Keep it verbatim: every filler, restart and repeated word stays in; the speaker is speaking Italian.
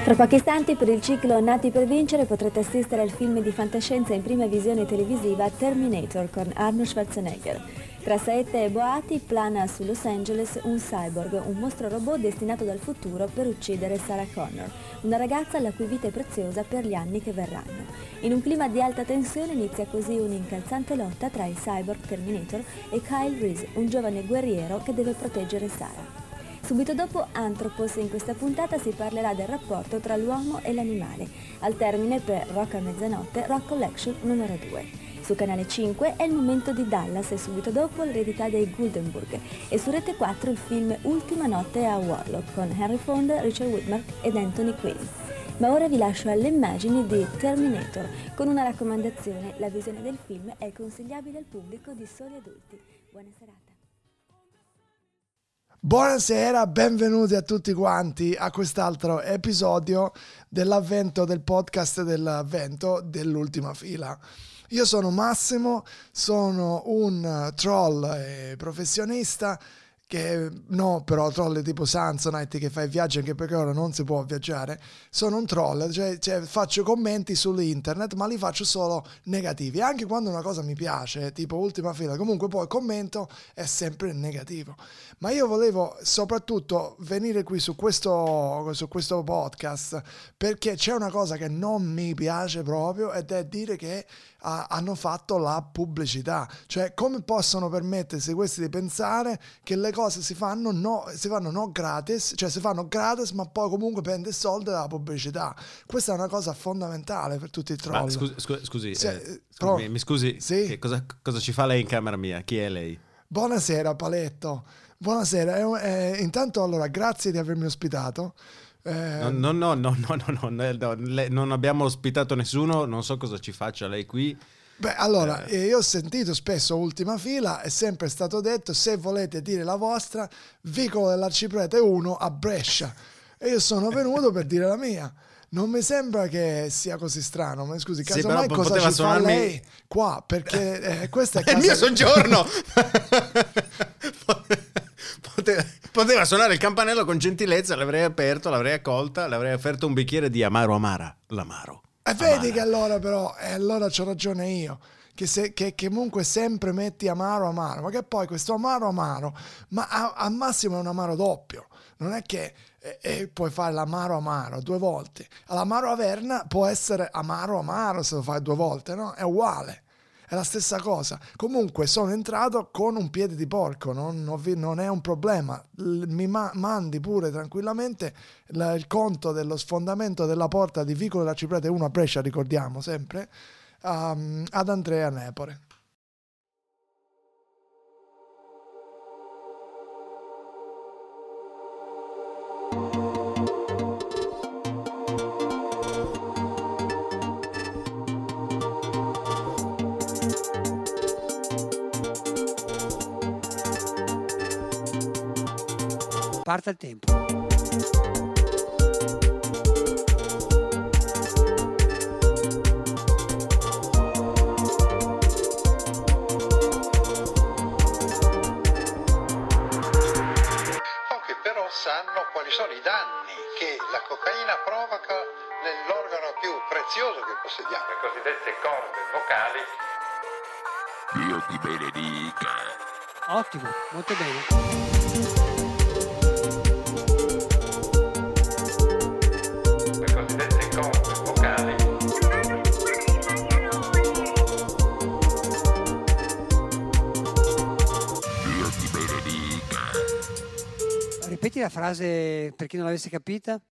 Tra pochi istanti per il ciclo Nati per vincere potrete assistere al film di fantascienza in prima visione televisiva Terminator con Arnold Schwarzenegger. Tra saette e boati plana su Los Angeles un cyborg, un mostro robot destinato dal futuro per uccidere Sarah Connor, una ragazza la cui vita è preziosa per gli anni che verranno. In un clima di alta tensione inizia così un'incalzante lotta tra il cyborg Terminator e Kyle Reese, un giovane guerriero che deve proteggere Sarah. Subito dopo Anthropos, in questa puntata si parlerà del rapporto tra l'uomo e l'animale. Al termine, per Rock a mezzanotte, Rock Collection numero due. Su Canale cinque è il momento di Dallas e subito dopo l'eredità dei Guldenburg. E su Rete quattro il film Ultima notte a Warlock con Henry Fonda, Richard Widmark ed Anthony Quinn. Ma ora vi lascio alle immagini di Terminator, con una raccomandazione: la visione del film è consigliabile al pubblico di soli adulti. Buona serata. Buonasera, benvenuti a tutti quanti a quest'altro episodio dell'avvento del podcast dell'avvento dell'ultima fila. Io sono Massimo, sono un troll e professionista che no, però troll tipo Samsonite che fa i viaggi anche perché ora non si può viaggiare. Sono un troll, cioè, cioè faccio commenti sull'internet, ma li faccio solo negativi, anche quando una cosa mi piace, tipo ultima fila, comunque poi il commento è sempre negativo. Ma io volevo soprattutto venire qui su questo, su questo podcast perché c'è una cosa che non mi piace proprio, ed è dire che uh, hanno fatto la pubblicità. Cioè, come possono permettersi questi di pensare che le cose si fanno no, si fanno no gratis, cioè si fanno gratis, ma poi comunque prende soldi dalla pubblicità. Questa è una cosa fondamentale per tutti i troll. Ma scusi, scusi, scusi, Se, eh, però, mi, mi scusi, sì? che cosa, cosa ci fa lei in camera mia? Chi è lei? Buonasera Paletto, buonasera. Eh, eh, intanto allora grazie di avermi ospitato. Eh, No, no, no, no, no, no, no, no, no, le- non abbiamo ospitato nessuno, non so cosa ci faccia lei qui. Beh, allora, eh, io ho sentito spesso ultima fila, è sempre stato detto: se volete dire la vostra, Vicolo dell'Arciprete uno a Brescia. E io sono venuto per dire la mia. Non mi sembra che sia così strano, ma scusi, Sì, casomai però cosa poteva ci suonarmi- fa lei qua? Perché eh, questa è È il casa... mio soggiorno! poteva, poteva suonare il campanello con gentilezza, l'avrei aperto, l'avrei accolta, l'avrei offerto un bicchiere di amaro amara, l'amaro. E vedi Amara. che allora però, e allora c'ho ragione io, che, se, che, che comunque sempre metti amaro amaro, ma che poi questo amaro amaro, ma a- al massimo è un amaro doppio, non è che eh, eh, puoi fare l'amaro amaro due volte, l'amaro averna può essere amaro amaro se lo fai due volte, no? È uguale. È la stessa cosa. Comunque sono entrato con un piede di porco, non, non vi- non è un problema. L- mi ma- mandi pure tranquillamente la- il conto dello sfondamento della porta di Vicolo della Ciprete uno a Brescia, ricordiamo sempre, um, ad Andrea Nepore. Parta il tempo. Pochi però sanno quali sono i danni che la cocaina provoca nell'organo più prezioso che possediamo, le cosiddette corde vocali. Dio ti benedica. Ottimo, molto bene. Le cosiddette corde vocali. Dio ti benedica. Ripeti la frase per chi non l'avesse capita.